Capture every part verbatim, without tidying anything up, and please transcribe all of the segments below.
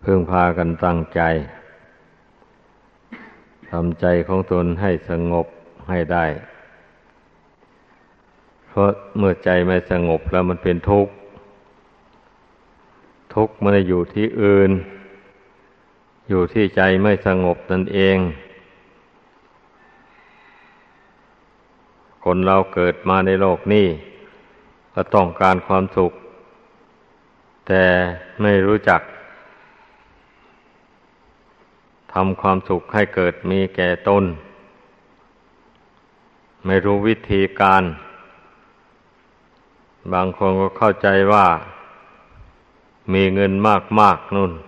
พึ่งพากันตั้งใจทำใจของตนให้สงบให้ได้เพราะเมื่อใจไม่สงบแล้วมันเป็นทุกข์ทุกข์ไม่ได้อยู่ที่อื่นอยู่ที่ใจไม่สงบนั่นเองคนเราเกิดมาในโลกนี้ก็ต้องการความสุขแต่ไม่รู้จักทำความสุขให้เกิดมีแก่ตนไม่รู้วิธีการบางคนก็เข้าใจว่ามีเงินมากๆนู่น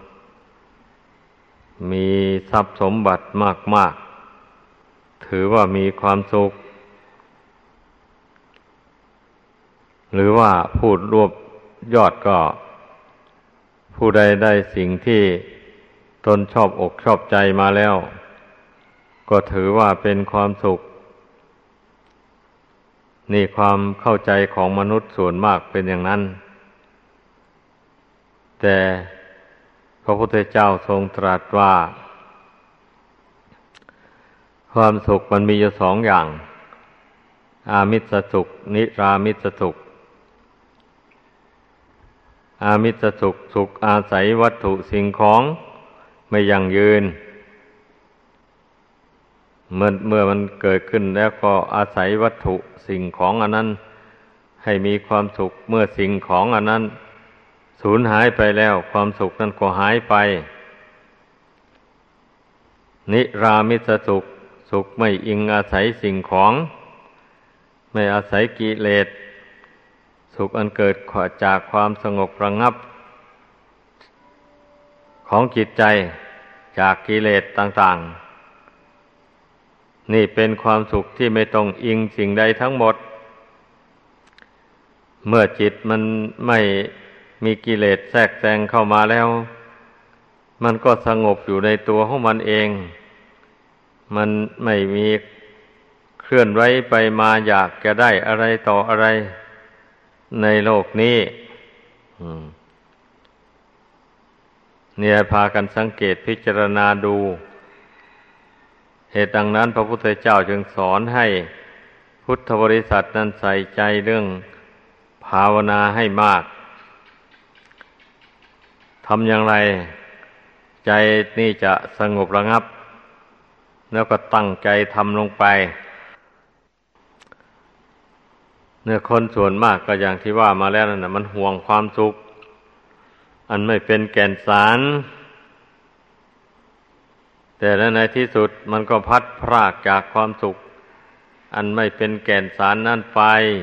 มีทรัพย์สมบัติมากๆถือว่ามีความสุขหรือว่าพูดรวบยอดก็ผู้ใดได้สิ่งที่ตนชอบอกชอบใจมาแล้วก็ถือว่าเป็นความสุขนี่ความเข้าใจของมนุษย์ส่วนมากเป็นอย่างนั้นแต่พระพุทธเจ้าทรงตรัสว่าความสุขมันมีอยู่สองอย่างอามิสสุขนิรามิสสุขอามิสสุขสุขอาศัยวัตถุสิ่งของไม่ยั่งยืนเมื่อเมื่อมันเกิดขึ้นแล้วก็อาศัยวัตถุสิ่งของอันนั้นให้มีความสุขเมื่อสิ่งของอันนั้นสูญหายไปแล้วความสุขนั้นก็หายไปนิรามิสสุขสุขไม่อิงอาศัยสิ่งของไม่อาศัยกิเลสสุขอันเกิดจากความสงบระงับของจิตใจจากกิเลสต่างๆนี่เป็นความสุขที่ไม่ต้องอิงสิ่งใดทั้งหมดเมื่อจิตมันไม่มีกิเลสแทรกแซงเข้ามาแล้วมันก็สงบอยู่ในตัวของมันเองมันไม่มีเคลื่อนไหวไปมาอยากจะได้อะไรต่ออะไรในโลกนี้เนี่ยพากันสังเกตพิจารณาดูเหตุดังนั้นพระพุทธเจ้าจึงสอนให้พุทธบริษัทนั้นใส่ใจเรื่องภาวนาให้มากทำอย่างไรใจนี่จะสงบระงับแล้วก็ตั้งใจทำลงไปเนี่ยคนส่วนมากก็อย่างที่ว่ามาแล้วนั่นน่ะมันห่วงความสุขอันไม่เป็นแก่นสารแต่ในที่สุดมันก็พัดพรากจากความสุขอันไม่เป็นแก่นสารนั่นไป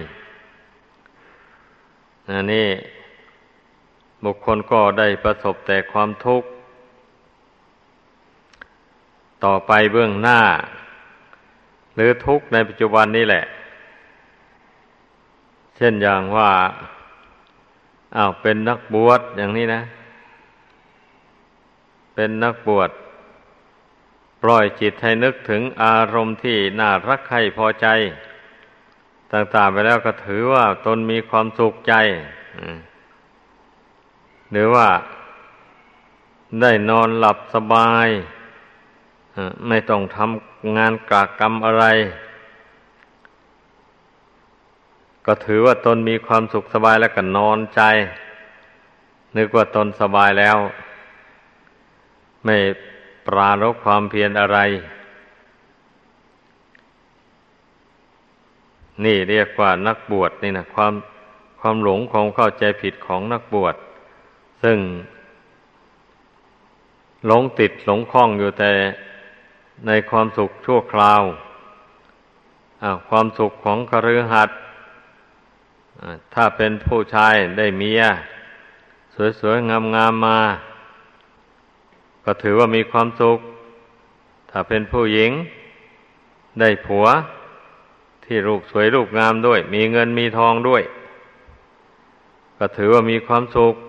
อันนี้บุคคลก็ได้ประสบแต่ความทุกข์ต่อไปเบื้องหน้าหรือทุกข์ในปัจจุบันนี้แหละเช่นอย่างว่าอ้าวเป็นนักบวชอย่างนี้นะเป็นนักบวชปล่อยจิตให้นึกถึงอารมณ์ที่น่ารักใคร่พอใจต่างๆไปแล้วก็ถือว่าตนมีความสุขใจหรือว่าได้นอนหลับสบายไม่ต้องทำงานกะกรรมอะไรก็ถือว่าตนมีความสุขสบายแล้วก็นอนใจนึกว่าตนสบายแล้วไม่ปรารภความเพียรอะไรนี่เรียกว่านักบวชนี่นะความความหลงความเข้าใจผิดของนักบวชซึ่งหลงติดหลงคล้องอยู่แต่ในความสุขชั่วคราวความสุขของคฤหัสถ์ถ้าเป็นผู้ชายได้เมียสวยๆงามๆมาก็ถือว่ามีความสุขถ้าเป็นผู้หญิงได้ผัวที่รูปสวยรูปงามด้วยมีเงินมีทองด้วยก็ถือว่ามีความสุข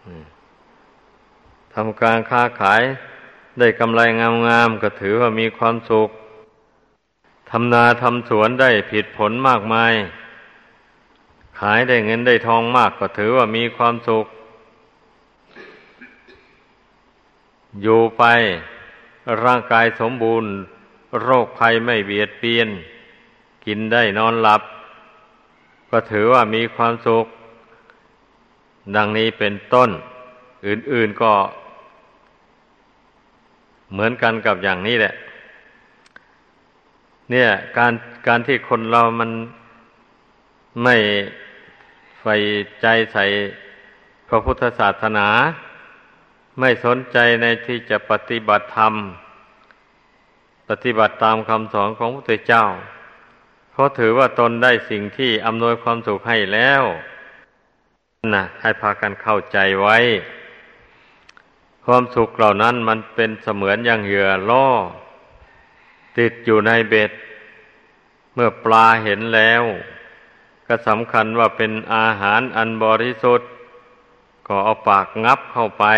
ทำการค้าขายได้กำไรงามๆก็ถือว่ามีความสุขทำนาทำสวนได้ผลผลมากมายขายได้เงินได้ทองมากก็ถือว่ามีความสุขอยู่ไปร่างกายสมบูรณ์โรคภัยไม่เบียดเบียนกินได้นอนหลับก็ถือว่ามีความสุขดังนี้เป็นต้นอื่นๆก็เหมือนกันกับอย่างนี้แหละเนี่ยการการที่คนเรามันไม่ใฝ่ใจใส่พระพุทธศาสนาไม่สนใจในที่จะปฏิบัติธรรมปฏิบัติตามคำสอนของพระพุทธเจ้าเพราะถือว่าตนได้สิ่งที่อำนวยความสุขให้แล้วนะให้พากันเข้าใจไว้ความสุขเหล่านั้นมันเป็นเสมือนอย่างเหยื่อล่อติดอยู่ในเบ็ดเมื่อปลาเห็นแล้วก็สำคัญว่าเป็นอาหารอันบริสุทธิ์ก็เอาปากงับเข้าไป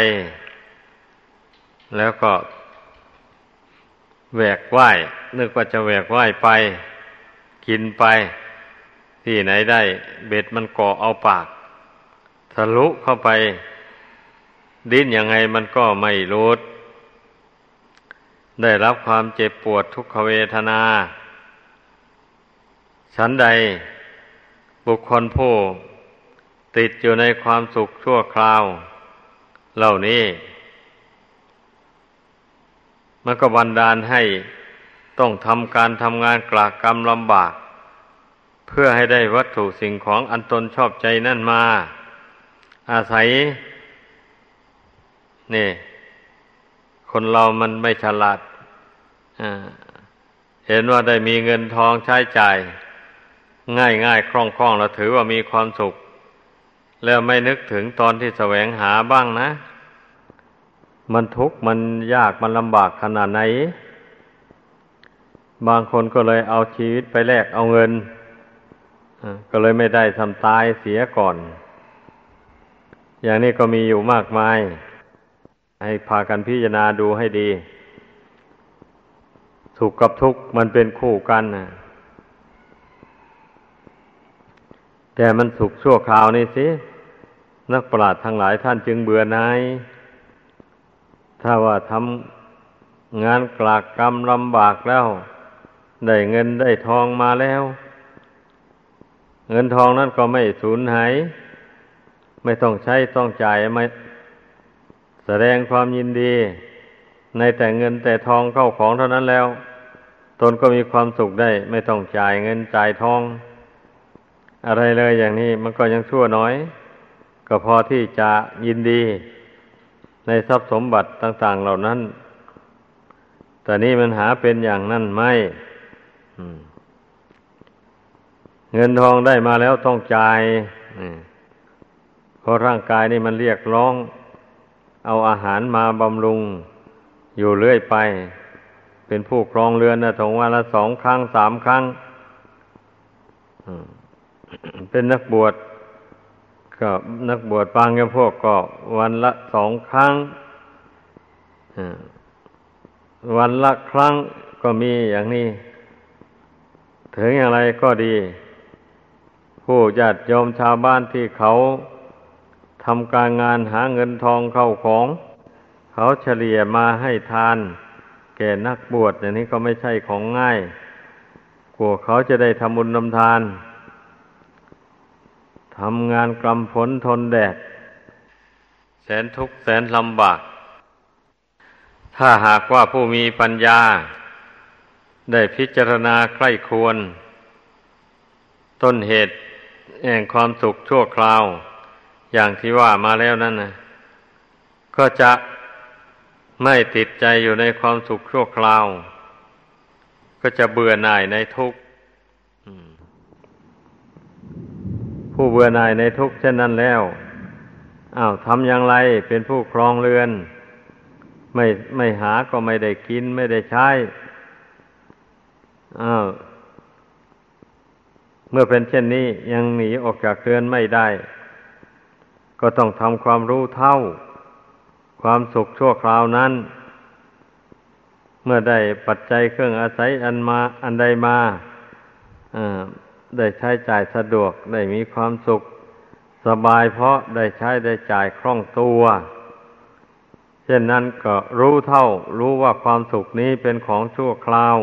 แล้วก็แหวกว่ายนึกว่าจะแหวกว่ายไปกินไปที่ไหนได้เบ็ดมันเกาะเอาปากทะลุเข้าไปดิ้นยังไงมันก็ไม่หลุดได้รับความเจ็บปวดทุกขเวทนาฉันใดบุคคลผู้ติดอยู่ในความสุขชั่วคราวเหล่านี้มันก็บันดาลให้ต้องทำการทำงานกลากกรรมลำบากเพื่อให้ได้วัตถุสิ่งของอันตนชอบใจนั่นมาอาศัยนี่คนเรามันไม่ฉลาดเห็นว่าได้มีเงินทองใช้จ่ายง่ายๆคล่องๆแล้วถือว่ามีความสุขแล้วไม่นึกถึงตอนที่แสวงหาบ้างนะมันทุกข์มันยากมันลำบากขนาดไหนบางคนก็เลยเอาชีวิตไปแลกเอาเงินก็เลยไม่ได้ทำตายเสียก่อนอย่างนี้ก็มีอยู่มากมายให้พากันพิจารณาดูให้ดีสุขกับทุกข์มันเป็นคู่กันนะแต่มันสุขชั่วคราวนี่สินักปราชญ์ทั้งหลายท่านจึงเบื่อหน่ายถ้าว่าทำงานกลากกรรมลำบากแล้วได้เงินได้ทองมาแล้วเงินทองนั้นก็ไม่สูญหายไม่ต้องใช้ต้องจ่ายไม่แสดงความยินดีในแต่เงินแต่ทองเข้าของเท่านั้นแล้วตนก็มีความสุขได้ไม่ต้องจ่ายเงินจ่ายทองอะไรเลยอย่างนี้มันก็ยังชั่วน้อยก็พอที่จะยินดีในทรัพย์สมบัติต่างๆเหล่านั้นแต่นี่มันหาเป็นอย่างนั้นไม่เงินทองได้มาแล้วต้องจ่ายเพราะร่างกายนี่มันเรียกร้องเอาอาหารมาบำรุงอยู่เรื่อยไปเป็นผู้ครองเรือนนะถงวันละสองครั้งสามครั้งเป็นนักบวชก็นักบวชบางอย่างพวกก็วันละสองครั้งวันละครั้งก็มีอย่างนี้ถึงอย่างไรก็ดีผู้ญาติโยมชาวบ้านที่เขาทำการงานหาเงินทองเข้าของเขาเฉลี่ยมาให้ทานแก่นักบวชอย่างนี้ก็ไม่ใช่ของง่ายกว่าเขาจะได้ทำบุญทำทานทำงานกำฝนทนแดดแสนทุกข์แสนลำบากถ้าหากว่าผู้มีปัญญาได้พิจารณาใคร่ครวญต้นเหตุแห่งความสุขชั่วคราวอย่างที่ว่ามาแล้วนั่นนะก็จะไม่ติดใจอยู่ในความสุขชั่วคราวก็จะเบื่อหน่ายในทุกข์ผู้เบื่อหน่ายในทุกข์เช่นนั้นแล้วอ้าวทำอย่างไรเป็นผู้ครองเรือนไม่ไม่หาก็ไม่ได้กินไม่ได้ใช้อ้าวเมื่อเป็นเช่นนี้ยังหนีออกจากเรือนไม่ได้ก็ต้องทำความรู้เท่าความสุขชั่วคราวนั้นเมื่อได้ปัจจัยเครื่องอาศัยอันมาอันใดมาได้ใช้จ่ายสะดวกได้มีความสุขสบายเพราะได้ใช้ได้จ่ายคล่องตัวช่นนั้นก็รู้เท่ารู้ว่าความสุขนี้เป็นของชั่วคราว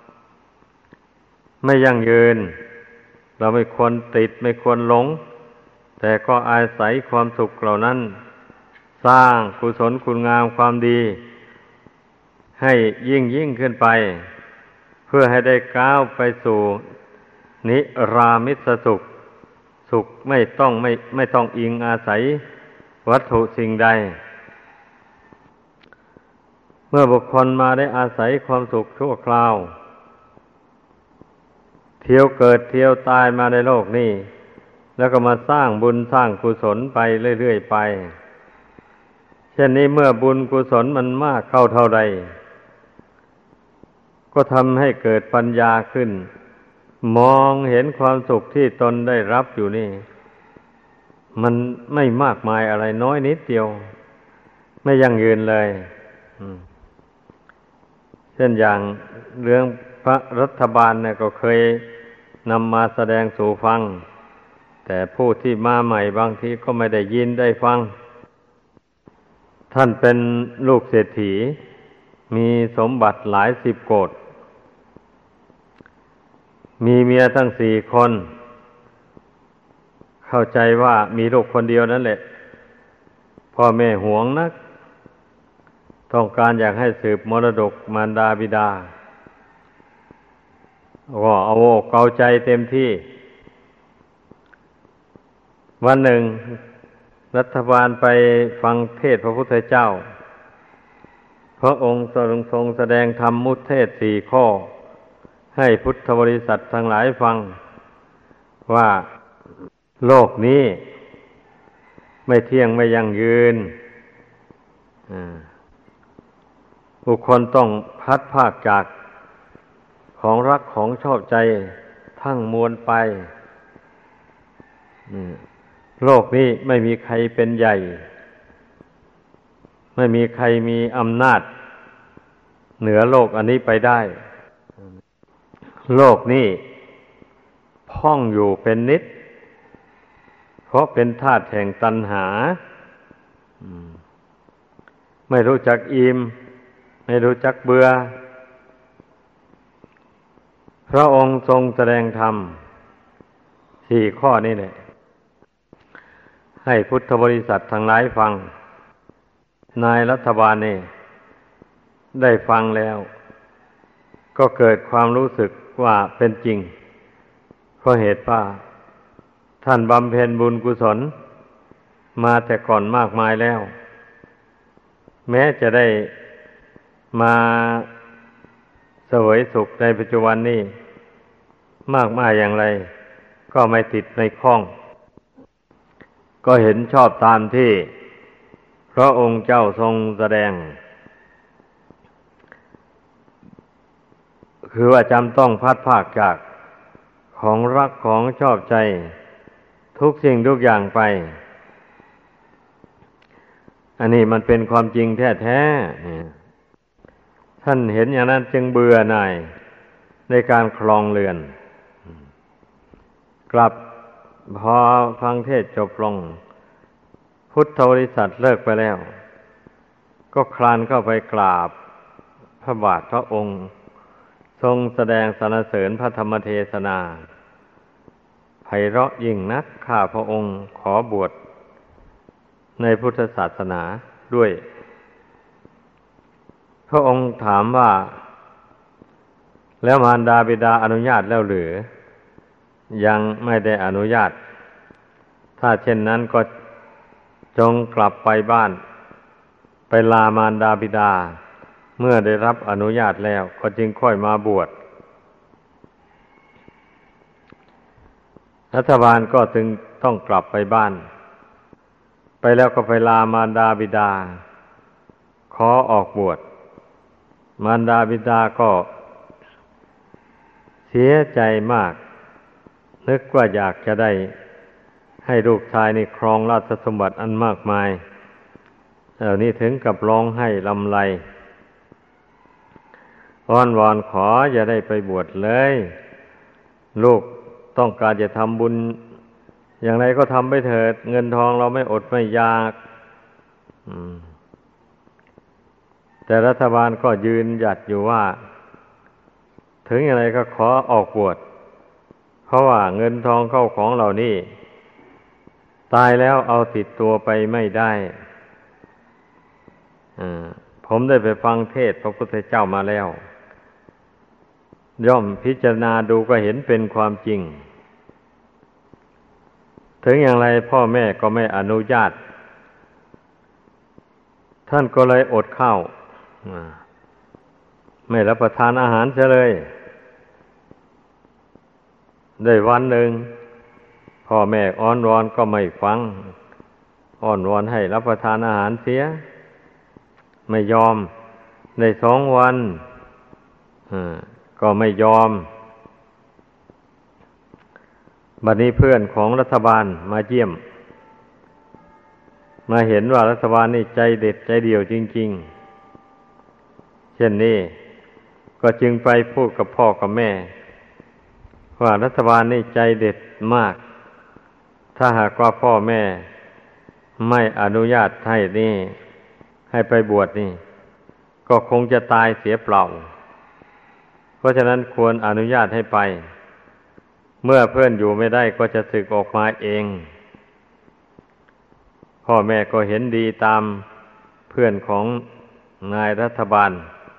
ไม่ยั่งยืนเราไม่ควรติดไม่ควรหลงแต่ก็อาศัยความสุขเหล่านั้นสร้างกุศลคุณงามความดีให้ยิ่งยิ่งขึ้นไปเพื่อให้ได้ก้าวไปสู่นิรามิตสุขสุขไม่ต้องไม่ไม่ต้องอิงอาศัยวัตถุสิ่งใดเมื่อบุคคลมาได้อาศัยความสุขชั่วคราวเที่ยวเกิดเที่ยวตายมาในโลกนี้แล้วก็มาสร้างบุญสร้างกุศลไปเรื่อยๆไปเช่นนี้เมื่อบุญกุศลมันมากเข้าเท่าใดก็ทำให้เกิดปัญญาขึ้นมองเห็นความสุขที่ตนได้รับอยู่นี่มันไม่มากมายอะไรน้อยนิดเดียวไม่ยั่งยืนเลยเช่นอย่างเรื่องพระรัฐบาลเนี่ยก็เคยนำมาแสดงสู่ฟังแต่ผู้ที่มาใหม่บางทีก็ไม่ได้ยินได้ฟังท่านเป็นลูกเศรษฐีมีสมบัติหลายสิบโกฏมีเมียตั้งสี่คนเข้าใจว่ามีลูกคนเดียวนั่นแหละพ่อแม่หวงนักต้องการอยากให้สืบมรดกมารดาบิดาก็เอาอกเอาใจเต็มที่วันหนึ่งรัฐบาลไปฟังเทศน์พระพุทธเจ้าพระองค์ทรงทรงแสดงธรรมมุทเทศน์สี่ข้อให้พุทธบริษัททั้งหลายฟังว่าโลกนี้ไม่เที่ยงไม่ยั่งยืนบุคคลต้องพลัดพรากจากของรักของชอบใจทั้งมวลไปโลกนี้ไม่มีใครเป็นใหญ่ไม่มีใครมีอำนาจเหนือโลกอันนี้ไปได้โลกนี้พ่องอยู่เป็นนิจเพราะเป็นธาตุแห่งตัณหาไม่รู้จักอิ่มไม่รู้จักเบื่อพระองค์ทรงแสดงธรรมสี่ข้อนี้แหละให้พุทธบริษัททั้งหลายฟังนายรัฐบาลนี่ได้ฟังแล้วก็เกิดความรู้สึกว่าเป็นจริงเพราะเหตุว่าท่านบำเพ็ญบุญกุศลมาแต่ก่อนมากมายแล้วแม้จะได้มาเสวยสุขในปัจจุบันนี้มากมายอย่างไรก็ไม่ติดไม่คล้องก็เห็นชอบตามที่พระองค์เจ้าทรงแสดงคือว่าจำต้องพัดภาคจากของรักของชอบใจทุกสิ่งทุกอย่างไปอันนี้มันเป็นความจริงแท้ๆท่านเห็นอย่างนั้นจึงเบื่อหน่ายในการครองเรือนกลับพอฟังเทศน์จบลงพุทธบริษัทเลิกไปแล้วก็คลานเข้าไปกราบพระบาทพระองค์ทรงแสดงสรรเสริญพระธรรมเทศนาไพเราะยิ่งนักข้าพระองค์ขอบวชในพุทธศาสนาด้วยพระองค์ถามว่าแล้วมารดาบิดาอนุญาตแล้วหรือยังไม่ได้อนุญาตถ้าเช่นนั้นก็จงกลับไปบ้านไปลามารดาบิดาเมื่อได้รับอนุญาตแล้วก็จึงค่อยมาบวชรัฐบาลก็จึงต้องกลับไปบ้านไปแล้วก็ไปลามารดาบิดาขอออกบวชมารดาบิดาก็เสียใจมากนึกว่าอยากจะได้ให้ลูกชายนี่ครองราชสมบัติอันมากมายแล้วนี่ถึงกับร้องไห้ลำไรอ้อนวอนขออย่าได้ไปบวชเลยลูกต้องการจะทำบุญอย่างไรก็ทำไปเถิดเงินทองเราไม่อดไม่อยากแต่รัฐบาลก็ยืนหยัดอยู่ว่าถึงอย่างไรก็ขอออกบวชเพราะว่าเงินทองเข้าของเหล่านี้ตายแล้วเอาติดตัวไปไม่ได้ผมได้ไปฟังเทศน์พระพุทธเจ้ามาแล้วย่อมพิจารณาดูก็เห็นเป็นความจริงถึงอย่างไรพ่อแม่ก็ไม่อนุญาตท่านก็เลยอดข้าวไม่รับประทานอาหารเสียเลยได้วันหนึ่งพ่อแม่อ้อนวอนก็ไม่ฟังอ้อนวอนให้รับประทานอาหารเสียไม่ยอมในสองวันก็ไม่ยอมบัดนี้เพื่อนของรัฐบาลมาเยี่ยมมาเห็นว่ารัฐบาลนี่ใจเด็ดใจเดี่ยวจริงๆเช่นนี้ก็จึงไปพูดกับพ่อกับแม่ว่ารัฐบาลนี่ใจเด็ดมากถ้าหากว่าพ่อแม่ไม่อนุญาตให้นี่ให้ไปบวชนี่ก็คงจะตายเสียเปล่าเพราะฉะนั้นควรอนุญาตให้ไปเมื่อเพื่อนอยู่ไม่ได้ก็จะสึกออกมาเองพ่อแม่ก็เห็นดีตามเพื่อนของนายรัฐบาล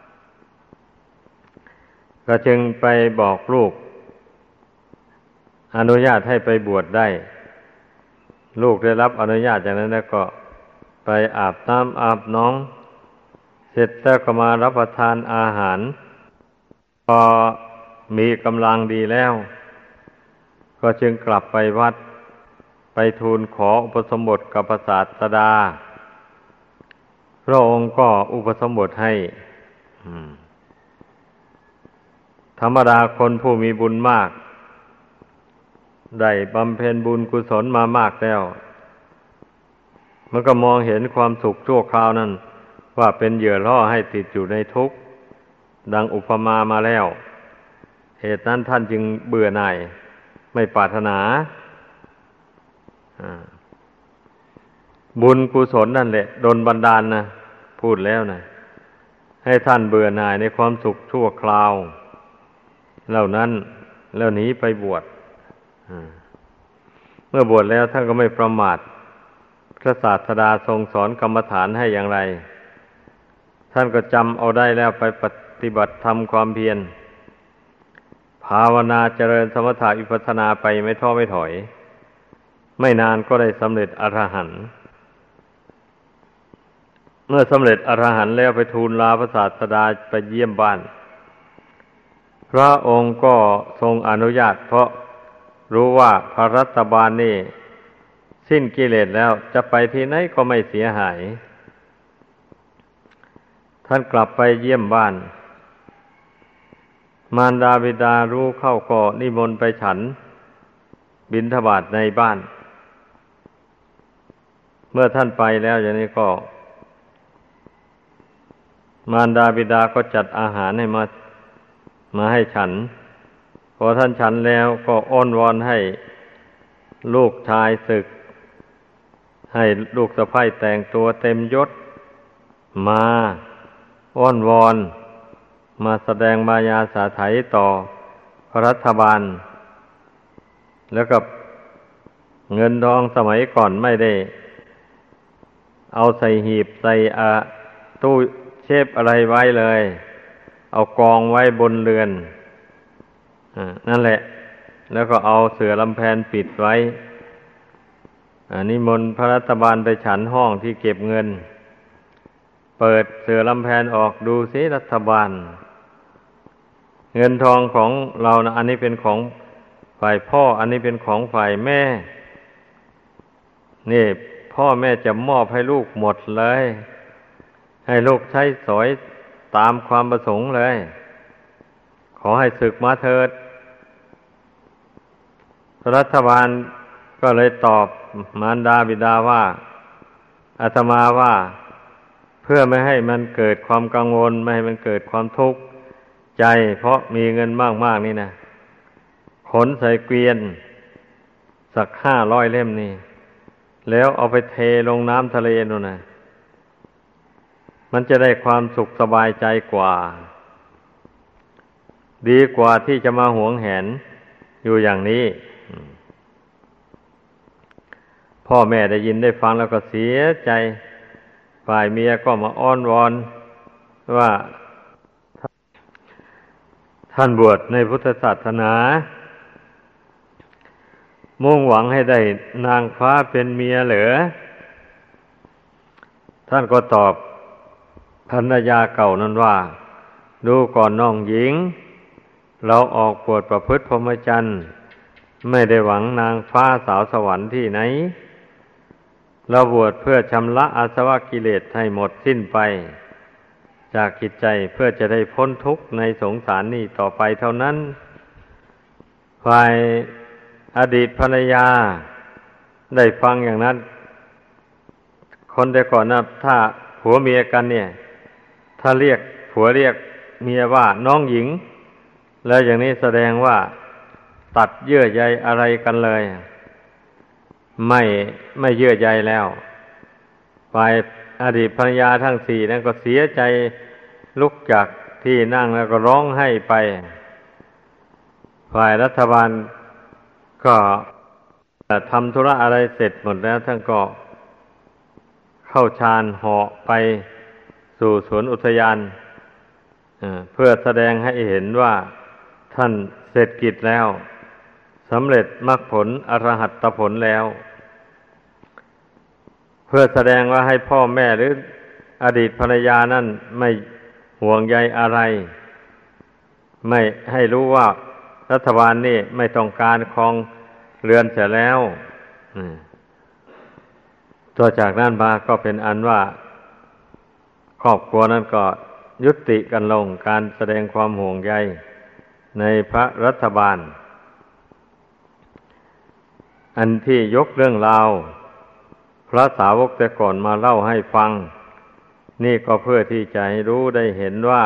ก็จึงไปบอกลูกอนุญาตให้ไปบวชได้ลูกได้รับอนุญาตจากนั้นแล้วก็ไปอาบน้ำอาบน้องเสร็จแล้วก็มารับประทานอาหารพอมีกำลังดีแล้วก็จึงกลับไปวัดไปทูลขออุปสมบทกับพระศาสดาพระองค์ก็อุปสมบทให้ธรรมดาคนผู้มีบุญมากได้บำเพ็ญบุญกุศลมามากแล้วมันก็มองเห็นความสุขชั่วคราวนั้นว่าเป็นเหยื่อล่อให้ติดอยู่ในทุกข์ดังอุปมามาแล้วเหตุนั้นท่านจึงเบื่อหน่ายไม่ปรารถนาบุญกุศลนั่นแหละดลบันดาลนะพูดแล้วนะให้ท่านเบื่อหน่ายในความสุขชั่วคราวเหล่านั้นแล้วหนีไปบวชเมื่อบวชแล้วท่านก็ไม่ประมาทพระศาสดาทรงสอนกรรมฐานให้อย่างไรท่านก็จำเอาได้แล้วไปปฏิบัติทำความเพียรภาวนาเจริญสมถะวิปัสสนาไปไม่ท้อไม่ถอยไม่นานก็ได้สำเร็จอรหันต์เมื่อสำเร็จอรหันต์แล้วไปทูลลาพระศาสดาไปเยี่ยมบ้านพระองค์ก็ทรงอนุญาตเพราะรู้ว่าพระรัฐบาลนี่สิ้นกิเลสแล้วจะไปที่ไหนก็ไม่เสียหายท่านกลับไปเยี่ยมบ้านมารดาบิดารู้เข้าก็นิมนต์ไปฉันบิณฑบาตในบ้านเมื่อท่านไปแล้วอย่างนี้ก็มารดาบิดาก็จัดอาหารให้มามาให้ฉันพอท่านฉันแล้วก็อ้อนวอนให้ลูกชายศึกให้ลูกสะใภ้แต่งตัวเต็มยศมาอ้อนวอนมาแสดงมายาสาไถต่อพระรัฐบาลแล้วกับเงินทองสมัยก่อนไม่ได้เอาใส่หีบใส่อาตู้เชฟอะไรไว้เลยเอากองไว้บนเรือนอ่านั่นแหละแล้วก็เอาเสื่อลำแพนปิดไว้อันนี้มนต์พระรัฐบาลไปฉันห้องที่เก็บเงินเปิดเสื่อลำแพนออกดูสิรัฐบาลเงินทองของเรานะอันนี้เป็นของฝ่ายพ่ออันนี้เป็นของฝ่ายแม่นี่พ่อแม่จะมอบให้ลูกหมดเลยให้ลูกใช้สอยตามความประสงค์เลยขอให้ศึกมาเถิดรัฐบาลก็เลยตอบมารดาบิดาว่าอาตมาว่าเพื่อไม่ให้มันเกิดความกังวลไม่ให้มันเกิดความทุกข์ใจเพราะมีเงินมากๆนี่นะขนใส่เกวียนสักห้าร้อยเล่มนี่แล้วเอาไปเทลงน้ำทะเลนู่นนะมันจะได้ความสุขสบายใจกว่าดีกว่าที่จะมาหวงแหนอยู่อย่างนี้พ่อแม่ได้ยินได้ฟังแล้วก็เสียใจฝ่ายเมียก็มาอ้อนวอนว่าท่านบวชในพุทธศาสนามุ่งหวังให้ได้นางฟ้าเป็นเมียเหรอท่านก็ตอบภรรยาเก่านั้นว่าดูก่อนน้องหญิงเราออกบวชประพฤติพรหมจรรย์ไม่ได้หวังนางฟ้าสาวสวรรค์ที่ไหนเราบวชเพื่อชำระอาสวะกิเลสให้หมดสิ้นไปจากจิตใจเพื่อจะได้พ้นทุกข์ในสงสารนี้ต่อไปเท่านั้นฝ่ายอดีตภรรยาได้ฟังอย่างนั้นคนแต่ก่อนนะถ้าผัวเมียกันเนี่ยถ้าเรียกผัวเรียกเมียว่าน้องหญิงแล้วอย่างนี้แสดงว่าตัดเยื่อใยอะไรกันเลยไม่ไม่เยื่อใยแล้วฝ่ายอดีตภรรยาทั้งสี่นั้นก็เสียใจลุกจากที่นั่งแล้วก็ร้องไห้ไปฝ่ายรัฐบาลก็ทำธุระอะไรเสร็จหมดแล้วท่านก็เข้าฌานเหาะไปสู่สวนอุทยานเพื่อแสดงให้เห็นว่าท่านเสร็จกิจแล้วสำเร็จมรรคผลอรหัตตผลแล้วเพื่อแสดงว่าให้พ่อแม่หรืออดีตภรรยานั่นไม่ห่วงใยอะไรไม่ให้รู้ว่ารัฐบาลนี่ไม่ต้องการครองเรือนเสียแล้วต่อจากนั้นมาก็เป็นอันว่าครอบครัวนั้นก็ยุติกันลงการแสดงความห่วงใยในพระรัฐบาลอันที่ยกเรื่องราวพระสาวกแต่ก่อนมาเล่าให้ฟังนี่ก็เพื่อที่จะให้รู้ได้เห็นว่า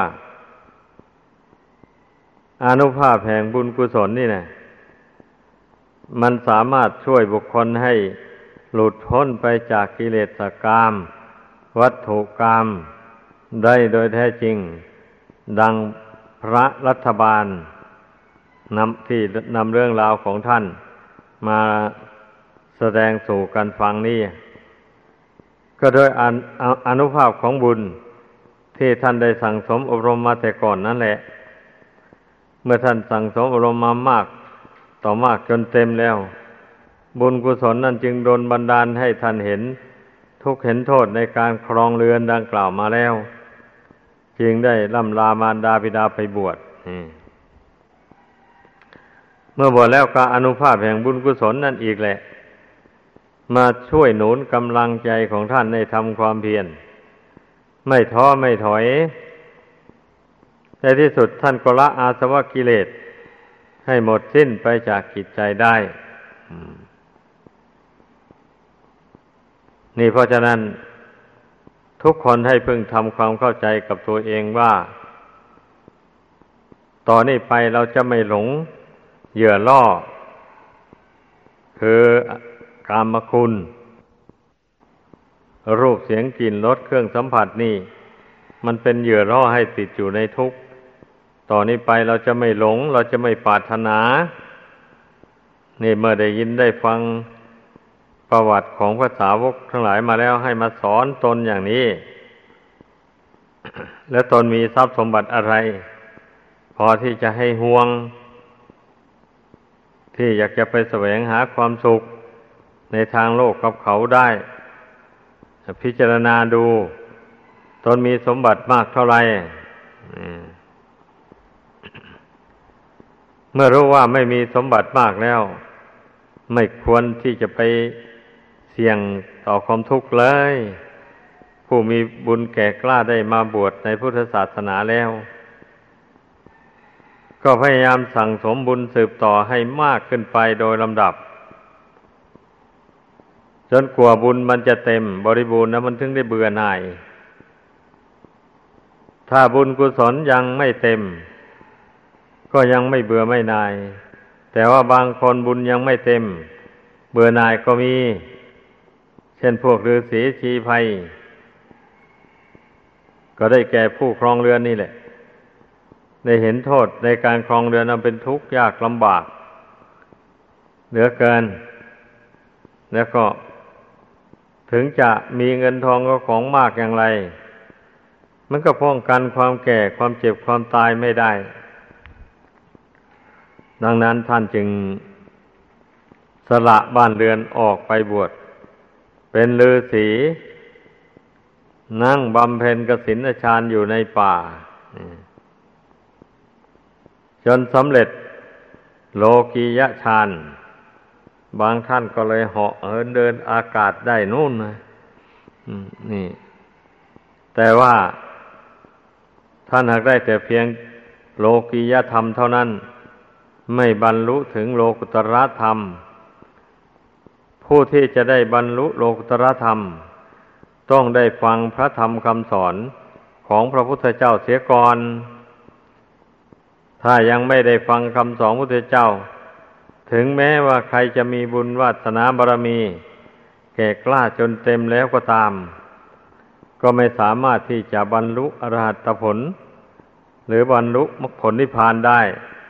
อานุภาพแห่งบุญกุศลนี่นะมันสามารถช่วยบุคคลให้หลุดพ้นไปจากกิเลสกามวัตถุกรรมได้โดยแท้จริงดังพระรัฐบาลนำที่นำเรื่องราวของท่านมาแสดงสู่กันฟังนี่ก็โดยอนุภาพของบุญที่ท่านได้สั่งสมอบรมมาแต่ก่อนนั่นแหละเมื่อท่านสั่งสมอบรมมามากต่อมากจนเต็มแล้วบุญกุศลนั้นจึงโดนบันดาลให้ท่านเห็นทุกข์เห็นโทษในการครองเรือนดังกล่าวมาแล้วจึงได้ล่ำลามารดาบิดาไปบวชเมื่อบวชแล้วก็อนุภาพแห่งบุญกุศลนั่นอีกแหละมาช่วยหนุนกำลังใจของท่านในทำความเพียรไม่ท้อไม่ถอยในที่สุดท่านก็ละอาสวะกิเลสให้หมดสิ้นไปจากจิตใจได้นี่เพราะฉะนั้นทุกคนให้พึงทำความเข้าใจกับตัวเองว่าต่อนนี้ไปเราจะไม่หลงเหยื่อล่อคือกามคุณรูปเสียงกลิ่นรสเครื่องสัมผัสนี่มันเป็นเหยื่อล่อให้ติดอยู่ในทุกข์ต่อนนี้ไปเราจะไม่หลงเราจะไม่ปรารถนานี่เมื่อได้ยินได้ฟังประวัติของพระสาวกทั้งหลายมาแล้วให้มาสอนตนอย่างนี้ แล้วตนมีทรัพย์สมบัติอะไรพอที่จะให้ห่วงที่อยากจะไปแสวงหาความสุขในทางโลกกับเขาได้พิจารณาดูตนมีสมบัติมากเท่าไหร่เมื่อรู้ว่าไม่มีสมบัติมากแล้วไม่ควรที่จะไปเสี่ยงต่อความทุกข์เลยผู้มีบุญแก่กล้าได้มาบวชในพุทธศาสนาแล้วก็พยายามสั่งสมบุญสืบต่อให้มากขึ้นไปโดยลำดับจนกว่าบุญมันจะเต็มบริบูรณ์แล้วมันถึงได้เบื่อหน่ายถ้าบุญกุศลยังไม่เต็มก็ยังไม่เบื่อไม่หน่ายแต่ว่าบางคนบุญยังไม่เต็มเบื่อหน่ายก็มีเช่นพวกฤาษีชีไพรก็ได้แก่ผู้ครองเรือนนี่แหละได้เห็นโทษในการครองเรือนนั้นเป็นทุกข์ยากลำบากเหลือเกินแล้วก็ถึงจะมีเงินทองก็ของมากอย่างไรมันก็ป้องกันความแก่ความเจ็บความตายไม่ได้ดังนั้นท่านจึงสละบ้านเรือนออกไปบวชเป็นฤาษีนั่งบำเพ็ญกสิณฌานอยู่ในป่าจนสำเร็จโลกียฌานบางท่านก็เลยเหาะเหินเดินอากาศได้นู่นนะนี่แต่ว่าท่านหากได้แต่เพียงโลกียธรรมเท่านั้นไม่บรรลุถึงโลกุตรธรรมผู้ที่จะได้บรรลุโลกุตรธรรมต้องได้ฟังพระธรรมคำสอนของพระพุทธเจ้าเสียก่อนถ้ายังไม่ได้ฟังคำสอนพระพุทธเจ้าถึงแม้ว่าใครจะมีบุญวาสนาบารมีแก่กล้าจนเต็มแล้วก็ตามก็ไม่สามารถที่จะบรรลุอรหัตผลหรือบรรลุมรรคผลนิพพานได้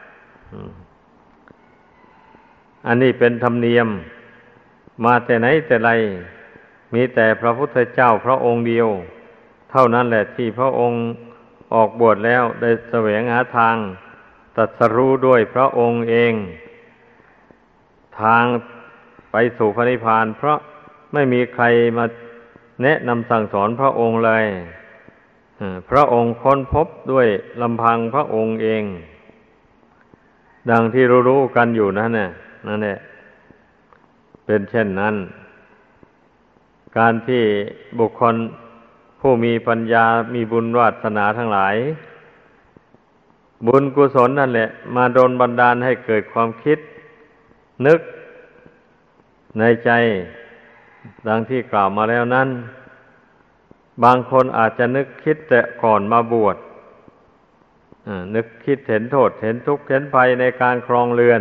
อันนี้เป็นธรรมเนียมมาแต่ไหนแต่ไรมีแต่พระพุทธเจ้าพระองค์เดียวเท่านั้นแหละที่พระองค์ออกบวชแล้วได้แสวงหาทางตรัสรู้ด้วยพระองค์เองทางไปสู่พระนิพพานเพราะไม่มีใครมาแนะนำสั่งสอนพระองค์เลยพระองค์ค้นพบด้วยลำพังพระองค์เองดังที่รู้ๆกันอยู่นั่นน่ะนั่นแหละเป็นเช่นนั้นการที่บุคคลผู้มีปัญญามีบุญวาสนาทั้งหลายบุญกุศลนั่นแหละมาดลบันดาลให้เกิดความคิดนึกในใจดังที่กล่าวมาแล้วนั้นบางคนอาจจะนึกคิดแต่ก่อนมาบวชนึกคิดเห็นโทษเห็นทุกข์เห็นภัยในการครองเรือน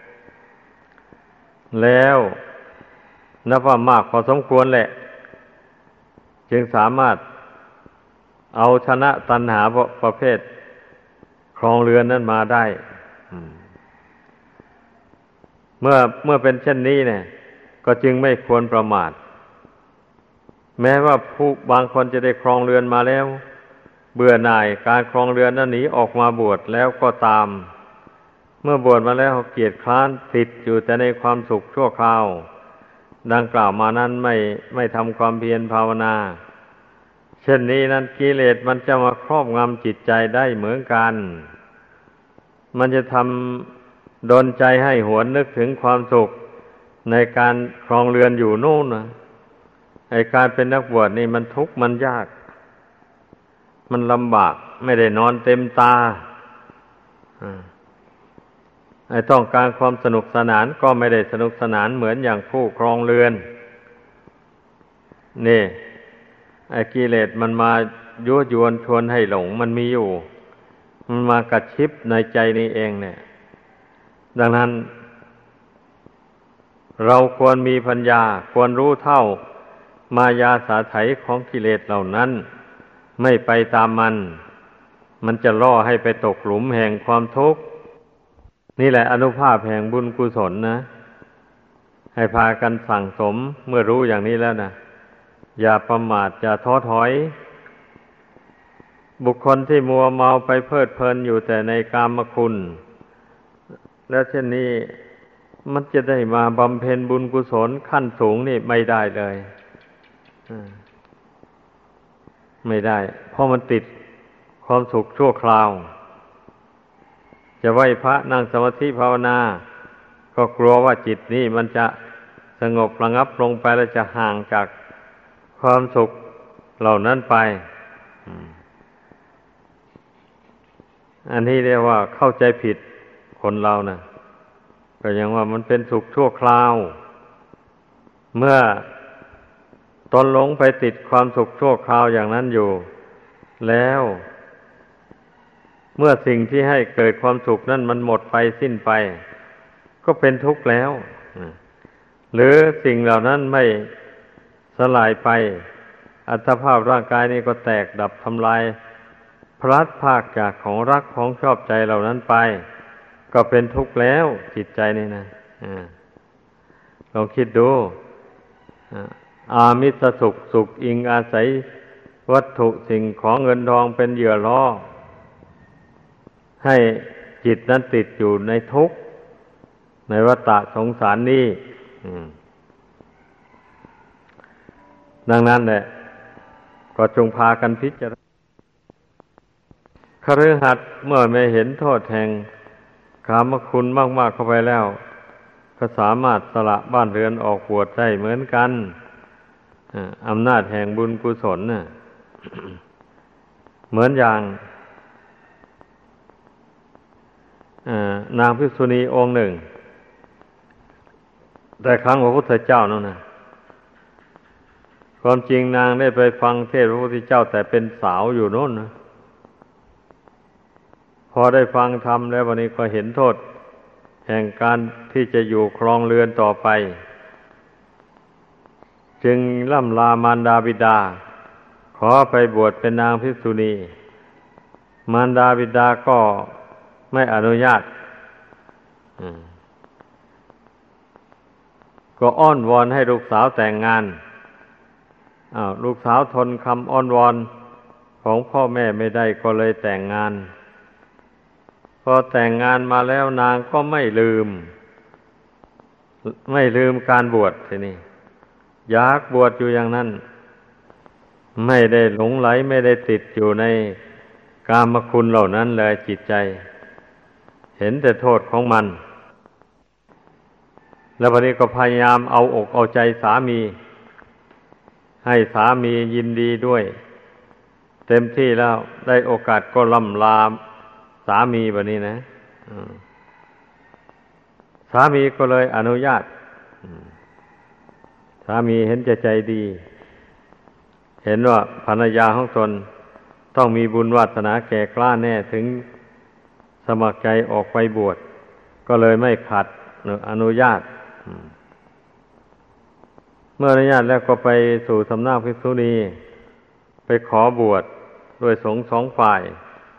แล้วนับว่ามากพอสมควรแหละจึงสามารถเอาชนะตัณหาประเภทครองเรือนนั้นมาได้เมื่อเมื่อเป็นเช่นนี้เนี่ยก็จึงไม่ควรประมาทแม้ว่าผู้บางคนจะได้ครองเรือนมาแล้วเบื่อหน่ายการครองเรือนนั้นหนีออกมาบวชแล้วก็ตามเมื่อบวชมาแล้วเกียจคร้านติดอยู่แต่ในความสุขชั่วคราวดังกล่าวมานั้นไม่ไม่ทำความเพียรภาวนาเช่นนี้นั้นกิเลสมันจะมาครอบงำจิตใจได้เหมือนกันมันจะทำดลใจให้หวนนึกถึงความสุขในการครองเรือนอยู่โน่นนะไอ้การเป็นนักบวชนี่มันทุกข์มันยากมันลำบากไม่ได้นอนเต็มตาไอ้ต้องการความสนุกสนานก็ไม่ได้สนุกสนานเหมือนอย่างผู้ครองเรือนนี่ไอ้กิเลสมันมายั่วยวนชวนให้หลงมันมีอยู่มันมากระชิบในใจนี้เองเนี่ยดังนั้นเราควรมีปัญญาควรรู้เท่ามายาสาไถของกิเลสเหล่านั้นไม่ไปตามมันมันจะล่อให้ไปตกหลุมแห่งความทุกข์นี่แหละอานุภาพแห่งบุญกุศลนะให้พากันสั่งสมเมื่อรู้อย่างนี้แล้วนะอย่าประมาทอย่าท้อถอยบุคคลที่มัวเมาไปเพลิดเพลินอยู่แต่ในกามคุณแล้วเช่นนี้มันจะได้มาบำเพ็ญบุญกุศลขั้นสูงนี่ไม่ได้เลยไม่ได้เพราะมันติดความสุขชั่วคราวจะไหว้พระนั่งสมาธิภาวนาก็กลัวว่าจิตนี่มันจะสงบระงับลงไปแล้วจะห่างจากความสุขเหล่านั้นไปอันนี้เรียกว่าเข้าใจผิดคนเรานะก็ยังว่ามันเป็นสุขชั่วคราวเมื่อตนหลงไปติดความสุขชั่วคราวอย่างนั้นอยู่แล้วเมื่อสิ่งที่ให้เกิดความสุขนั้นมันหมดไปสิ้นไปก็เป็นทุกข์แล้วหรือสิ่งเหล่านั้นไม่สลายไปอัตภาพร่างกายนี้ก็แตกดับทำลายพลัดพรากจากของรักของชอบใจเหล่านั้นไปก็เป็นทุกข์แล้วจิตใจนี่นะอาลองคิดดูอามิสสุขสุขอิงอาศัยวัตถุสิ่งของเงินทองเป็นเหยื่อล่อให้จิตนั้นติดอยู่ในทุกข์ในวัฏสงสารนี้ดังนั้นแหละก็จงพากันพิจารณาคฤหัสถ์เมื่อไม่เห็นโทษแห่งกามคุณมากๆเข้าไปแล้วก็สามารถสละบ้านเรือนออกบวชได้เหมือนกันอำนาจแห่งบุญกุศลน่ะ เหมือนอย่างนางภิกษุณีองค์หนึ่งแต่ครั้งพระพุทธเจ้านั่นนะความจริงนางได้ไปฟังเทศน์พระพุทธเจ้าแต่เป็นสาวอยู่โน่นนะพอได้ฟังธรรมแล้ววันนี้ก็เห็นโทษแห่งการที่จะอยู่ครองเรือนต่อไปจึงล่ำลามารดาบิดาขอไปบวชเป็นนางภิกษุณีมารดาบิดาก็ไม่อนุญาตก็อ้อนวอนให้ลูกสาวแต่งงานอ้าวลูกสาวทนคำอ้อนวอนของพ่อแม่ไม่ได้ก็เลยแต่งงานพอแต่งงานมาแล้วนางก็ไม่ลืมไม่ลืมการบวชทีนี้อยากบวชอยู่อย่างนั้นไม่ได้หลงไหลไม่ได้ติดอยู่ในกามคุณเหล่านั้นเลยจิตใจเห็นแต่โทษของมันแล้ววันนี้ก็พยายามเอาอกเอาใจสามีให้สามียินดีด้วยเต็มที่แล้วได้โอกาสก็ล่ำลาสามีแบบนี้นะสามีก็เลยอนุญาตสามีเห็นใจใจดีเห็นว่าภรรยาของตนต้องมีบุญวาสนาแก่กล้าแน่ถึงสมัครใจออกไปบวชก็เลยไม่ขัดอนุญาตเมื่ออนุญาตแล้วก็ไปสู่สำนักภิกษุณีไปขอบวชด้วยสงฆ์สองฝ่าย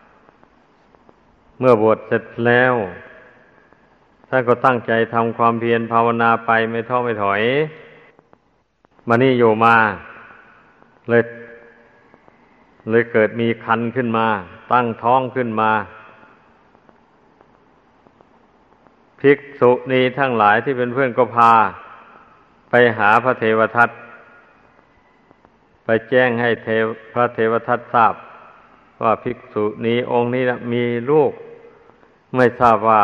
เมื่อบวชเสร็จแล้วท่านก็ตั้งใจทำความเพียรภาวนาไปไม่ท้อไม่ถอยมานี่อยู่มาเลยเลยเกิดมีคันขึ้นมาตั้งท้องขึ้นมาภิกษุณีทั้งหลายที่เป็นเพื่อนก็พาไปหาพระเทวทัตไปแจ้งให้เทวพระเทวทัตทราบว่าภิกษุณีองค์นี้นะมีลูกไม่ทราบว่า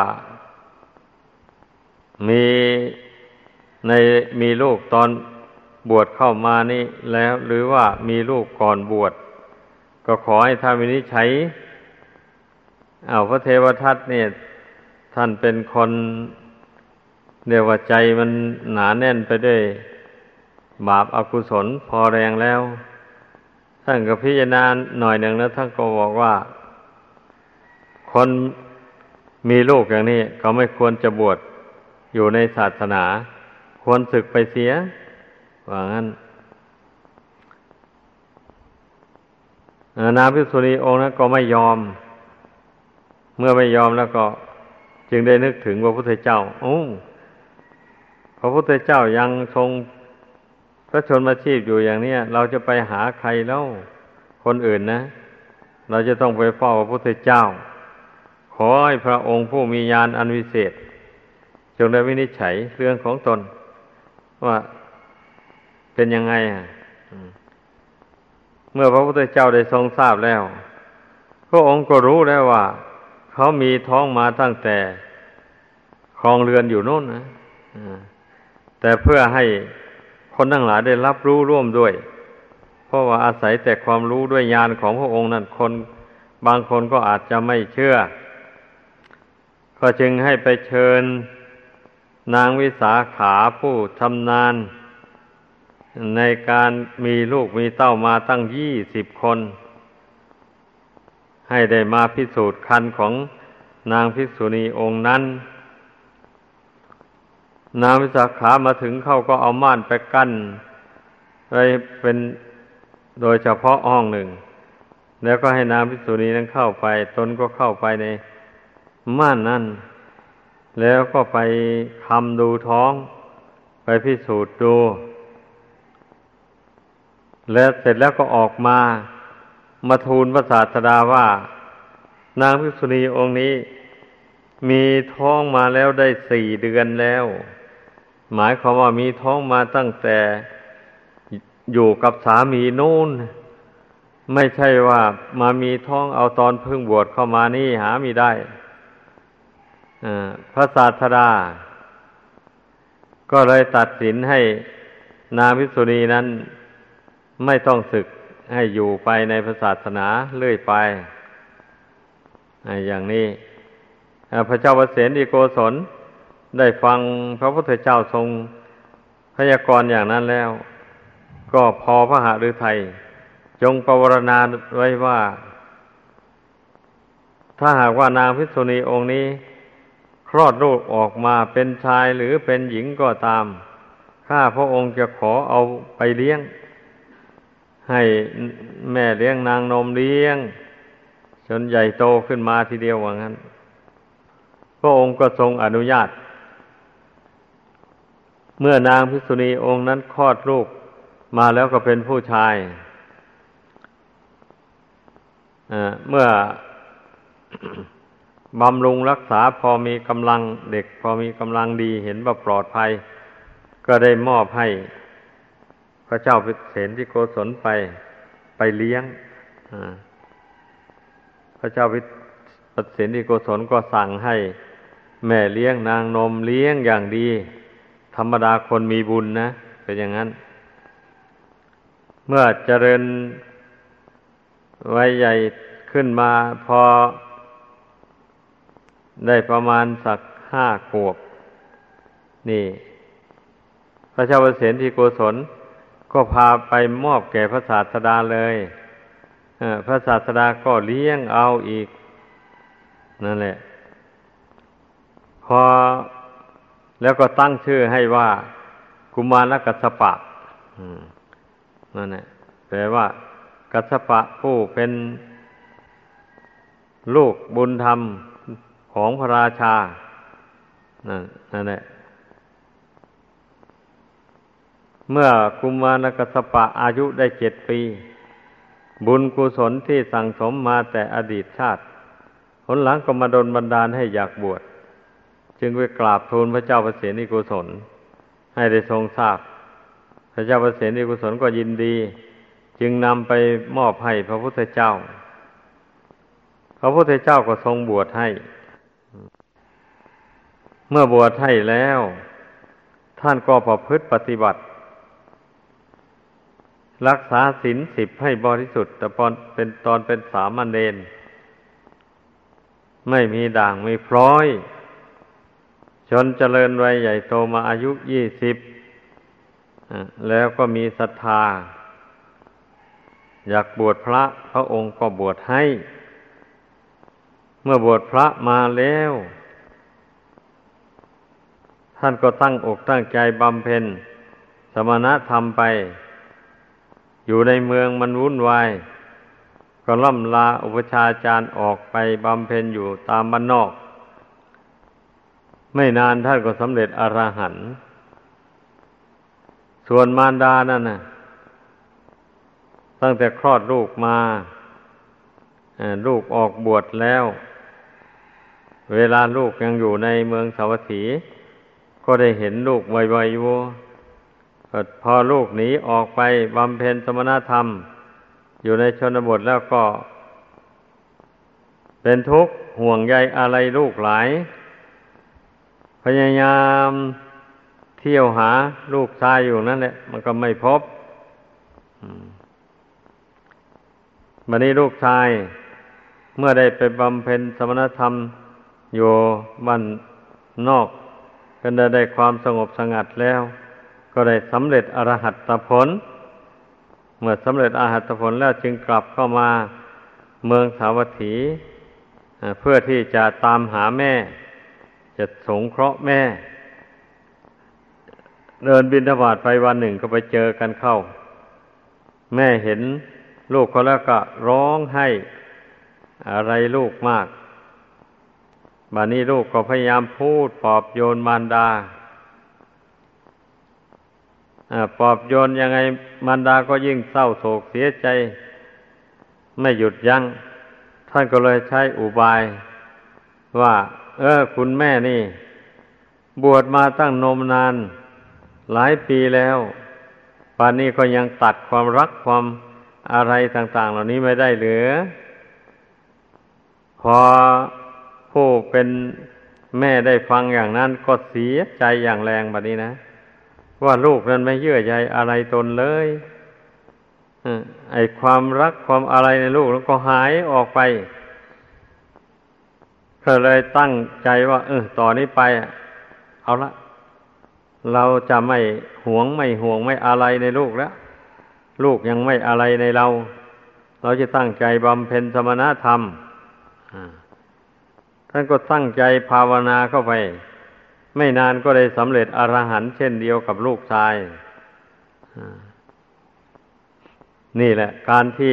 มีในมีลูกตอนบวชเข้ามานี่แล้วหรือว่ามีลูกก่อนบวชก็ขอให้ท่านวินิจฉัยอ้าวพระเทวทัตเนี่ยท่านเป็นคนเรียกว่าใจมันหนาแน่นไปด้วยบาปอกุศลพอแรงแล้วท่านก็พิจารณาหน่อยหนึ่งแล้วท่านก็บอกว่าคนมีลูกอย่างนี้เขาไม่ควรจะบวชอยู่ในศาสนาควรสึกไปเสียว่างั้นนางภิกษุณีองค์นั้นก็ไม่ยอมเมื่อไม่ยอมแล้วก็จึงได้นึกถึงพระพุทธเจ้าโอ้พระพุทธเจ้ายังทรงพระชนมาชีพอยู่อย่างนี้เราจะไปหาใครแล้วคนอื่นนะเราจะต้องไปเฝ้าพระพุทธเจ้าขอให้พระองค์ผู้มีญาณอันวิเศษจงได้วินิจฉัยเรื่องของตนว่าเป็นยังไงอ่ะเมื่อพระพุทธเจ้าได้ทรงทราบแล้วพระองค์ก็รู้แล้วว่าเขามีท้องมาตั้งแต่ครองเรือนอยู่โน่นนะแต่เพื่อให้คนทั้งหลายได้รับรู้ร่วมด้วยเพราะว่าอาศัยแต่ความรู้ด้วยญาณของพระองค์นั้นคนบางคนก็อาจจะไม่เชื่อก็จึงให้ไปเชิญนางวิสาขาผู้ชำนาญในการมีลูกมีเต้ามาตั้งยี่สิบคนให้ได้มาพิสูจน์คันของนางภิกษุณีองค์นั้นนางวิสาขามาถึงเขาก็เอาม่านไปกั้นไว้เป็นโดยเฉพาะห้องหนึ่งแล้วก็ให้นางภิกษุณีนั้นเข้าไปตนก็เข้าไปในม่านนั้นแล้วก็ไปคำดูท้องไปพิสูจน์ดูแล้วเสร็จแล้วก็ออกมามาทูลพระศาสดาว่านางภิกษุณีองค์นี้มีท้องมาแล้วได้สี่เดือนแล้วหมายความว่ามีท้องมาตั้งแต่อยู่กับสามีนู่นไม่ใช่ว่ามามีท้องเอาตอนเพิ่งบวชเข้ามานี่หาไม่ได้พระศาสดาก็เลยตัดสินให้นางภิกษุณีนั้นไม่ต้องศึกให้อยู่ไปในพระศาสนาเรื่อยไปอย่างนี้พระเจ้าประเสนที่โกศลได้ฟังพระพุทธเจ้าทรงพยากรณ์อย่างนั้นแล้วก็พอพระหฤทัยจงปวารณาไว้ว่าถ้าหากว่านางภิกษุณีองค์นี้คลอดลูกออกมาเป็นชายหรือเป็นหญิงก็ตามข้าพระองค์จะขอเอาไปเลี้ยงให้แม่เลี้ยงนางนมเลี้ยงจนใหญ่โตขึ้นมาทีเดียวว่างั้นพระองค์ก็ทรงอนุญาตเมื่อนางภิกษุณีองค์นั้นคลอดลูกมาแล้วก็เป็นผู้ชายเมื่อบำรุงรักษาพอมีกำลังเด็กพอมีกำลังดีเห็นว่าปลอดภัยก็ได้มอบให้พระเจ้าพิเศษที่โกศลไปไปเลี้ยงพระเจ้าพิเศษที่โกศลก็สั่งให้แม่เลี้ยงนางนมเลี้ยงอย่างดีธรรมดาคนมีบุญนะเป็นอย่างนั้นเมื่อเจริญวัยใหญ่ขึ้นมาพอได้ประมาณสักห้าขวบนี่พระเจ้าประเสนที่โกศลก็พาไปมอบแก่พระศาสดาเลยพระศาสดาก็เลี้ยงเอาอีกนั่นแหละพอแล้วก็ตั้งชื่อให้ว่ากุมารกัสสปะนั่นแหละแปลว่ากัสสปะผู้เป็นลูกบุญธรรมของพระราชานั่นนั่นแหละเมื่อกุมารกัสสปะอายุได้เจ็ดปีบุญกุศลที่สั่งสมมาแต่อดีตชาติผลหลังก็มาดลบันดาลให้อยากบวชจึงไปกราบทูลพระเจ้าประเสนิกุศลให้ได้ทรงทราบพระเจ้าประเสนิกุศลก็ยินดีจึงนำไปมอบให้พระพุทธเจ้าพระพุทธเจ้าก็ทรงบวชให้เมื่อบวชให้แล้วท่านก็ประพฤติปฏิบัติรักษาศีลสิบให้บริสุทธิ์แต่ตอนเป็นตอนเป็นสามเณรไม่มีด่างไม่พร้อยจนเจริญวัยใหญ่โตมาอายุยี่สิบแล้วก็มีศรัทธาอยากบวชพระพระองค์ก็บวชให้เมื่อบวชพระมาแล้วท่านก็ตั้งอกตั้งใจบำเพ็ญสมณธรรมไปอยู่ในเมืองมันวุ่นวายก็ล่ำลาอุปชฌาจารย์ออกไปบำเพ็ญอยู่ตามบ้านนอกไม่นานท่านก็สำเร็จอรหันต์ส่วนมารดานั่นน่ะตั้งแต่คลอดลูกมาลูกออกบวชแล้วเวลาลูกยังอยู่ในเมืองสาวัตถีก็ได้เห็นลูกบ่อยๆอยู่พอลูกหนีออกไปบำเพ็ญสมณธรรมอยู่ในชนบทแล้วก็เป็นทุกข์ห่วงใยอะไรลูกหลายพยายามเที่ยวหาลูกชายอยู่นั่นแหละมันก็ไม่พบบัดนี้ลูกชายเมื่อได้ไปบำเพ็ญสมณธรรมอยู่บ้านนอกก็ได้ได้ความสงบสงัดแล้วก็ได้สำเร็จอรหัตผลเมื่อสำเร็จอรหัตผลแล้วจึงกลับเข้ามาเมืองสาวัตถีเพื่อที่จะตามหาแม่จะสงเคราะห์แม่เดินบิณฑบาตไปวันหนึ่งก็ไปเจอกันเข้าแม่เห็นลูกเขาแล้วก็ร้องไห้อะไรลูกมากบัดนี้ลูกก็พยายามพูดปลอบโยนมารดาปลอบโยนยังไงมารดาก็ยิ่งเศร้าโศกเสียใจไม่หยุดยัง้งท่านก็เลยใช้อุบายว่าเออคุณแม่นี่บวชมาตั้งนมนานหลายปีแล้วป่านนี้ก็ยังตัดความรักความอะไรต่างๆเหล่านี้ไม่ได้เหลือพอผู้เป็นแม่ได้ฟังอย่างนั้นก็เสียใจอย่างแรงบัดนี้นะว่าลูกนั้นไม่เยื่อใยอะไรตนเลยไอ้ความรักความอะไรในลูกแล้วก็หายออกไปก็เลยตั้งใจว่าเออต่อนนี้ไปเอาละเราจะไม่หวงไม่ห่วงไม่อะไรในลูกแล้วลูกยังไม่อะไรในเราเราจะตั้งใจบำเพ็ญสมณธรรมท่านก็ตั้งใจภาวนาเข้าไปไม่นานก็ได้สำเร็จอรหันต์เช่นเดียวกับลูกชายนี่แหละการที่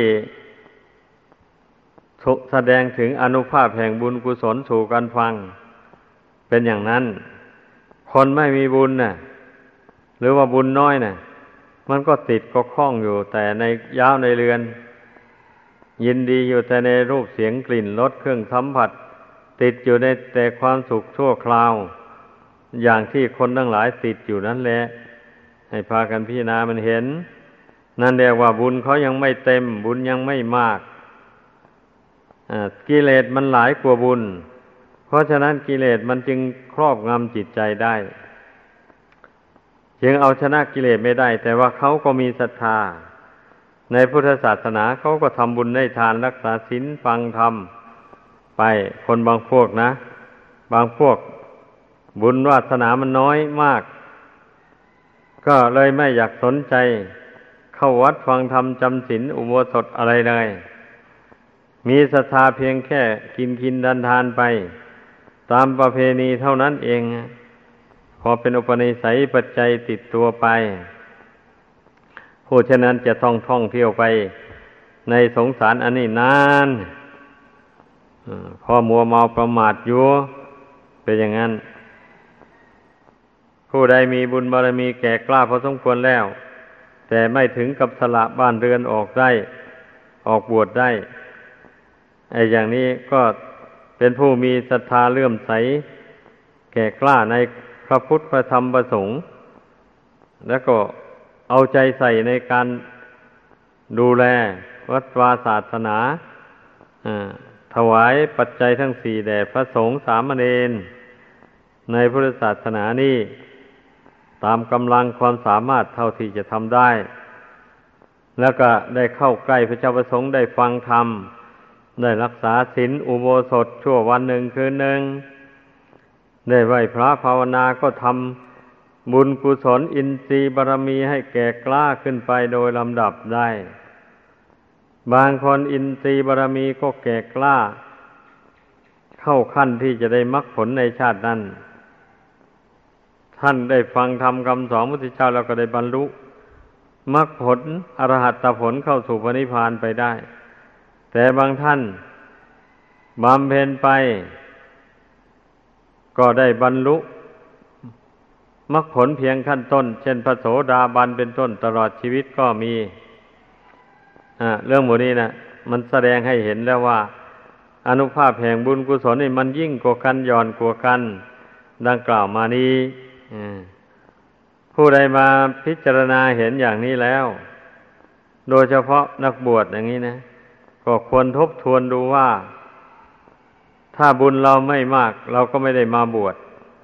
แสดงถึงอานุภาพแห่งบุญกุศลสู่กันฟังเป็นอย่างนั้นคนไม่มีบุญน่ะหรือว่าบุญน้อยน่ะมันก็ติดก็คล้องอยู่แต่ในย้าวในเรือนยินดีอยู่แต่ในรูปเสียงกลิ่นรสเครื่องสัมผัสติดอยู่ในแต่ความสุขชั่วคราวอย่างที่คนทั้งหลายติดอยู่นั่นแหละให้พากันพิจารณามันเห็นนั่นเรียกว่าบุญเขายังไม่เต็มบุญยังไม่มากกิเลสมันหลายกว่าบุญเพราะฉะนั้นกิเลสมันจึงครอบงำจิตใจได้จึงเอาชนะกิเลสไม่ได้แต่ว่าเขาก็มีศรัทธาในพุทธศาสนาเขาก็ทำบุญได้ทานรักษาศีลฟังธรรมไปคนบางพวกนะบางพวกบุญวาสนามันน้อยมากก็เลยไม่อยากสนใจเข้าวัดฟังธรรมจำศีลอุโบสถอะไรเลยมีศรัทธาเพียงแค่กินกินดันทานไปตามประเพณีเท่านั้นเองพอเป็นอุปนิสัยปัจจัยติดตัวไปผู้ฉะนั้นจะต้องท่องเที่ยวไปในสงสารอันนี้นานพอมัวเมาประมาทอยู่เป็นอย่างนั้นผู้ใดมีบุญบารมีแก่กล้าพอสมควรแล้วแต่ไม่ถึงกับสละบ้านเรือนออกได้ออกบวชได้ไอ้อย่างนี้ก็เป็นผู้มีศรัทธาเลื่อมใสแก่กล้าในพระพุทธพระธรรมพระสงฆ์แล้วก็เอาใจใส่ในการดูแลวัดวาศาสนาถวายปัจจัยทั้งสี่แด่พระสงฆ์สามเณรในพุทธศาสนานี้ตามกำลังความสามารถเท่าที่จะทำได้แล้วก็ได้เข้าใกล้พระเจ้าประสงค์ได้ฟังธรรมได้รักษาศีลอุโบสถชั่ววันหนึ่งคืนหนึ่งได้ไหว้พระภาวนาก็ทำบุญกุศลอินทรีย์บารมีให้แก่กล้าขึ้นไปโดยลำดับได้บางคนอินทรีย์บารมีก็แก่กล้าเข้าขั้นที่จะได้มรรคผลในชาตินั้นท่านได้ฟังธรรมคำสอนพระพุทธเจ้าแล้วก็ได้บรรลุมรรคผลอรหัตผลเข้าสู่พระนิพพานไปได้แต่บางท่านบำเพ็ญไปก็ได้บรรลุมรรคผลเพียงขั้นต้นเช่นพระโสดาบันเป็นต้นตลอดชีวิตก็มีอ่าเรื่องหมู่นี้นะมันแสดงให้เห็นแล้วว่าอานุภาพแห่งบุญกุศลนี่มันยิ่งกว่ากันย่อนกว่ากันดังกล่าวมานี้ผู้ใดมาพิจารณาเห็นอย่างนี้แล้วโดยเฉพาะนักบวชอย่างนี้นะก็ควรทบทวนดูว่าถ้าบุญเราไม่มากเราก็ไม่ได้มาบวช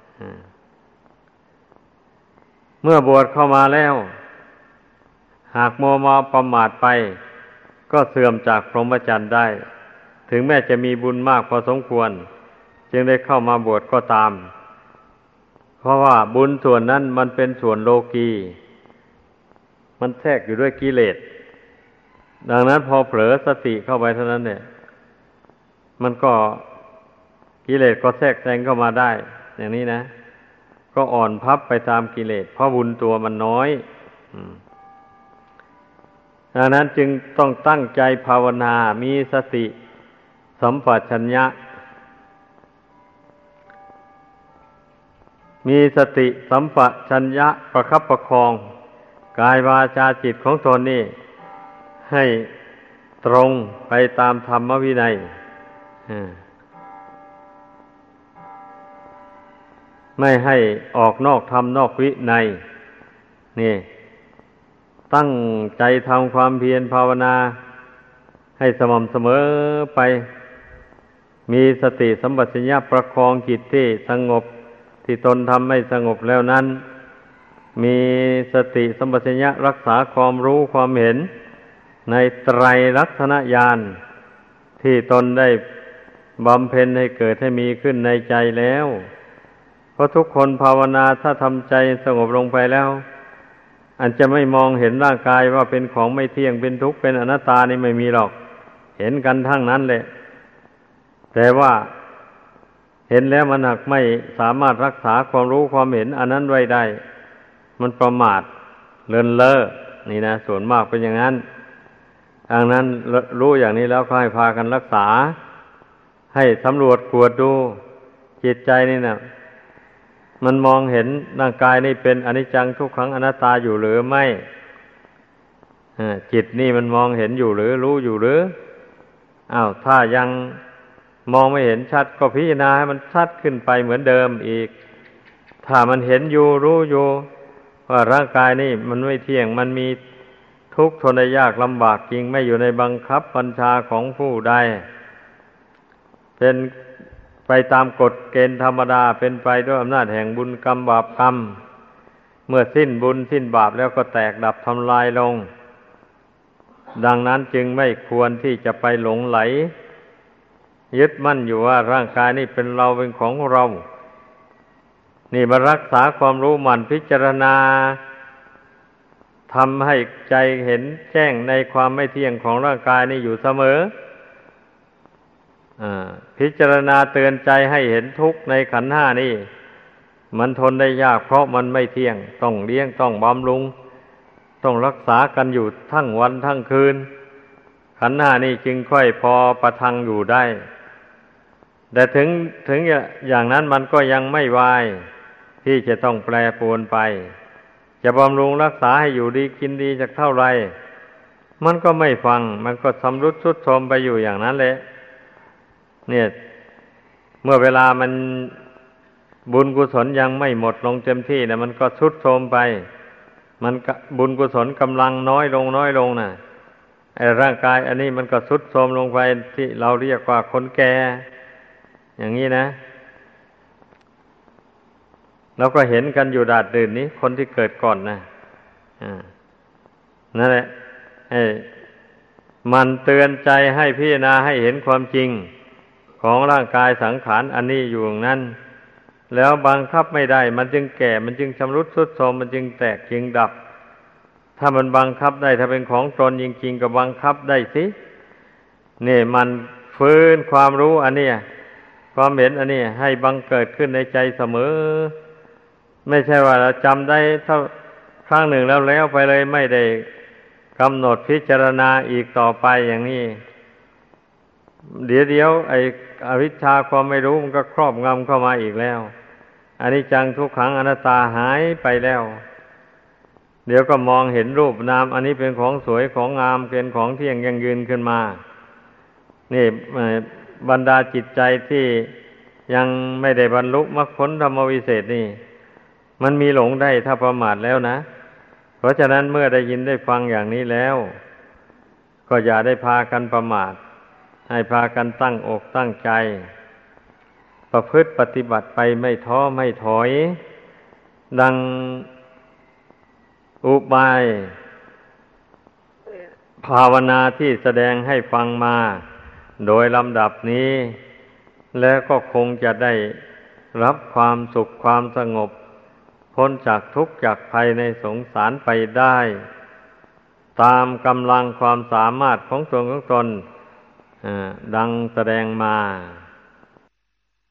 เมื่อบวชเข้ามาแล้วหากมัวเมาประมาทไปก็เสื่อมจากพรหมจรรย์ได้ถึงแม้จะมีบุญมากพอสมควรจึงได้เข้ามาบวชก็ตามเพราะว่าบุญส่วนนั้นมันเป็นส่วนโลกีมันแทรกอยู่ด้วยกิเลสดังนั้นพอเผลอสติเข้าไปเท่านั้นเนี่ยมันก็กิเลสก็แทรกแซงเข้ามาได้อย่างนี้นะก็อ่อนพับไปตามกิเลสเพราะบุญตัวมันน้อยดังนั้นจึงต้องตั้งใจภาวนามีสติสัมปชัญญะมีสติสัมปชัญญะประคับประคองกายวาจาจิตของตนนี่ให้ตรงไปตามธรรมวินัยไม่ให้ออกนอกธรรมนอกวินัยนี่ตั้งใจทำความเพียรภาวนาให้สม่ำเสมอไปมีสติสัมปชัญญะประคองจิตที่สงบที่ตนทำไม่สงบแล้วนั้นมีสติสัมปชัญญะรักษาความรู้ความเห็นในไตรลักษณญาณที่ตนได้บำเพ็ญให้เกิดให้มีขึ้นในใจแล้วเพราะทุกคนภาวนาถ้าทำใจสงบลงไปแล้วอันจะไม่มองเห็นร่างกายว่าเป็นของไม่เที่ยงเป็นทุกข์เป็นอนัตตานี่ไม่มีหรอกเห็นกันทั้งนั้นแหละแต่ว่าเห็นแล้วมันหากไม่สามารถรักษาความรู้ความเห็นอันนั้นไว้ได้มันประมาทเลินเล่อนี่นะส่วนมากเป็นอย่างนั้นดังนั้นรู้อย่างนี้แล้วก็ให้พากันรักษาให้สำรวจกวดดูจิตใจนี่นะมันมองเห็นร่างกายนี่เป็นอนิจจังทุกขังอนัตตาอยู่หรือไม่จิตนี่มันมองเห็นอยู่หรือรู้อยู่หรืออ้าวถ้ายังมองไม่เห็นชัดก็พิจารณาให้มันชัดขึ้นไปเหมือนเดิมอีกถ้ามันเห็นอยู่รู้อยู่ว่าร่างกายนี่มันไม่เที่ยงมันมีทุกข์ทนได้ยากลำบากจริงไม่อยู่ในบังคับบัญชาของผู้ใดเป็นไปตามกฎเกณฑ์ธรรมดาเป็นไปด้วยอำนาจแห่งบุญกรรมบาปกรรมเมื่อสิ้นบุญสิ้นบาปแล้วก็แตกดับทำลายลงดังนั้นจึงไม่ควรที่จะไปหลงไหลยึดมั่นอยู่ว่าร่างกายนี่เป็นเราเป็นของเรานี่มารักษาความรู้หมั่นพิจารณาทำให้ใจเห็นแจ้งในความไม่เที่ยงของร่างกายนี่อยู่เสมอพิจารณาเตือนใจให้เห็นทุกข์ในขันธ์ห้านี่มันทนได้ยากเพราะมันไม่เที่ยงต้องเลี้ยงต้องบำรุงต้องรักษากันอยู่ทั้งวันทั้งคืนขันธ์ห้านี่จึงค่อยพอประทังอยู่ได้แต่ถึงถึงอย่างนั้นมันก็ยังไม่วายที่จะต้องแปรปรวนไปจะบำรุงรักษาให้อยู่ดีกินดีจากเท่าไรมันก็ไม่ฟังมันก็ชำรุดทรุดโทรมไปอยู่อย่างนั้นแหละเนี่ยเมื่อเวลามันบุญกุศลยังไม่หมดลงเต็มที่นะมันก็ทรุดโทรมไปมันบุญกุศลกำลังน้อยลงน้อยลงนะไอ้ร่างกายอันนี้มันก็ทรุดโทรมลงไปที่เราเรียกว่าคนแก่อย่างนี้นะเราก็เห็นกันอยู่ดาดดื่นนี้คนที่เกิดก่อนนะอ่านั่นแหละไอ้มันเตือนใจให้พิจารณาให้เห็นความจริงของร่างกายสังขารอันนี้อยู่อย่างนั้นแล้วบังคับไม่ได้มันจึงแก่มันจึงชำรุดทรุดโทรมมันจึงแตกจึงดับถ้ามันบังคับได้ถ้าเป็นของตนจริงๆก็บังคับได้สินี่มันฟื้นความรู้อันนี้ความเห็นอันนี้ให้บังเกิดขึ้นในใจเสมอไม่ใช่ว่าเราจำได้เท่าครั้งหนึ่งแล้วแล้วไปเลยไม่ได้กำหนดพิจารณาอีกต่อไปอย่างนี้เดี๋ยวเดี๋ยวไอ้อวิชชาความไม่รู้มันก็ครอบงำเข้ามาอีกแล้วอนิจจังทุกขังอนัตตาหายไปแล้วเดี๋ยวก็มองเห็นรูปนามอันนี้เป็นของสวยของงามเป็นของเที่ยงยั่งยืนขึ้นมานี่บรรดาจิตใจที่ยังไม่ได้บรรลุมรรคผลธรรมวิเศษนี่มันมีหลงได้ถ้าประมาทแล้วนะเพราะฉะนั้นเมื่อได้ยินได้ฟังอย่างนี้แล้วก็อย่าได้พากันประมาทให้พากันตั้งอกตั้งใจประพฤติปฏิบัติไปไม่ท้อไม่ถอยดังอุบายภาวนาที่แสดงให้ฟังมาโดยลำดับนี้แล้วก็คงจะได้รับความสุขความสงบพ้นจากทุกข์จากภัยในสงสารไปได้ตามกำลังความสามารถของตนของตนดังแสดงมา